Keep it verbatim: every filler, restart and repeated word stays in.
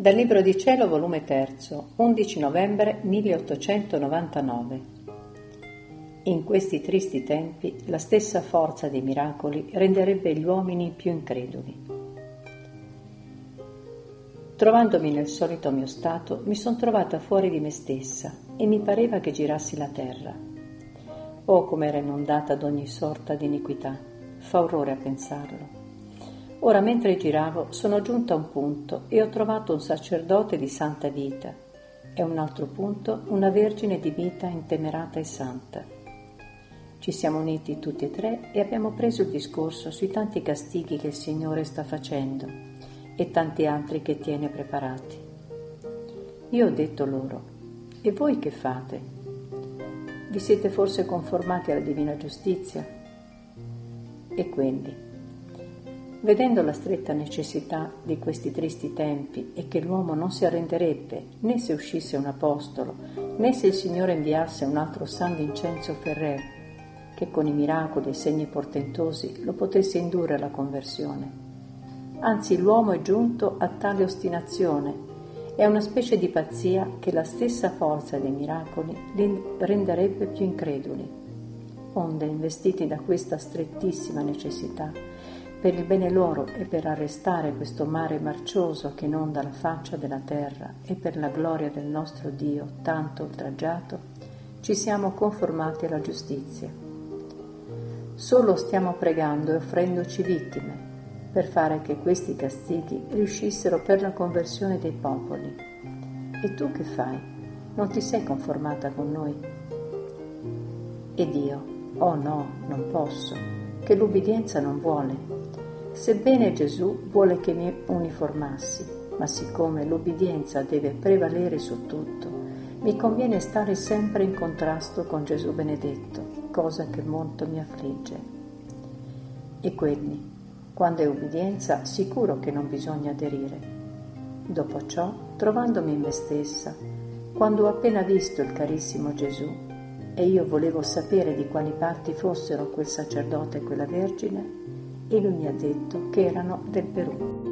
Dal Libro di Cielo, volume terzo, undici novembre milleottocentonovantanove. In questi tristi tempi la stessa forza dei miracoli renderebbe gli uomini più increduli. Trovandomi nel solito mio stato, mi son trovata fuori di me stessa e mi pareva che girassi la terra. Oh, com'era inondata d'ogni sorta di iniquità! Fa orrore a pensarlo. Ora, mentre giravo, sono giunta a un punto e ho trovato un sacerdote di santa vita e a un altro punto una vergine di vita intemerata e santa. Ci siamo uniti tutti e tre e abbiamo preso il discorso sui tanti castighi che il Signore sta facendo e tanti altri che tiene preparati. Io ho detto loro: e voi che fate? Vi siete forse conformati alla divina giustizia? E quindi, vedendo la stretta necessità di questi tristi tempi e che l'uomo non si arrenderebbe né se uscisse un apostolo, né se il Signore inviasse un altro San Vincenzo Ferrer, che con i miracoli e i segni portentosi lo potesse indurre alla conversione. Anzi, l'uomo è giunto a tale ostinazione e a una specie di pazzia che la stessa forza dei miracoli li renderebbe più increduli. Onde, investiti da questa strettissima necessità, per il bene loro e per arrestare questo mare marcioso che inonda la faccia della terra e per la gloria del nostro Dio tanto oltraggiato, ci siamo conformati alla giustizia. Solo stiamo pregando e offrendoci vittime per fare che questi castighi riuscissero per la conversione dei popoli. E tu che fai? Non ti sei conformata con noi? Ed io, oh no, non posso, che l'ubbidienza non vuole. Sebbene Gesù vuole che mi uniformassi, ma siccome l'ubbidienza deve prevalere su tutto, mi conviene stare sempre in contrasto con Gesù benedetto, cosa che molto mi affligge. E quelli, quando è ubbidienza, sicuro che non bisogna aderire. Dopo ciò, trovandomi in me stessa, quando ho appena visto il carissimo Gesù, e io volevo sapere di quali parti fossero quel sacerdote e quella vergine, e lui mi ha detto che erano del Perù.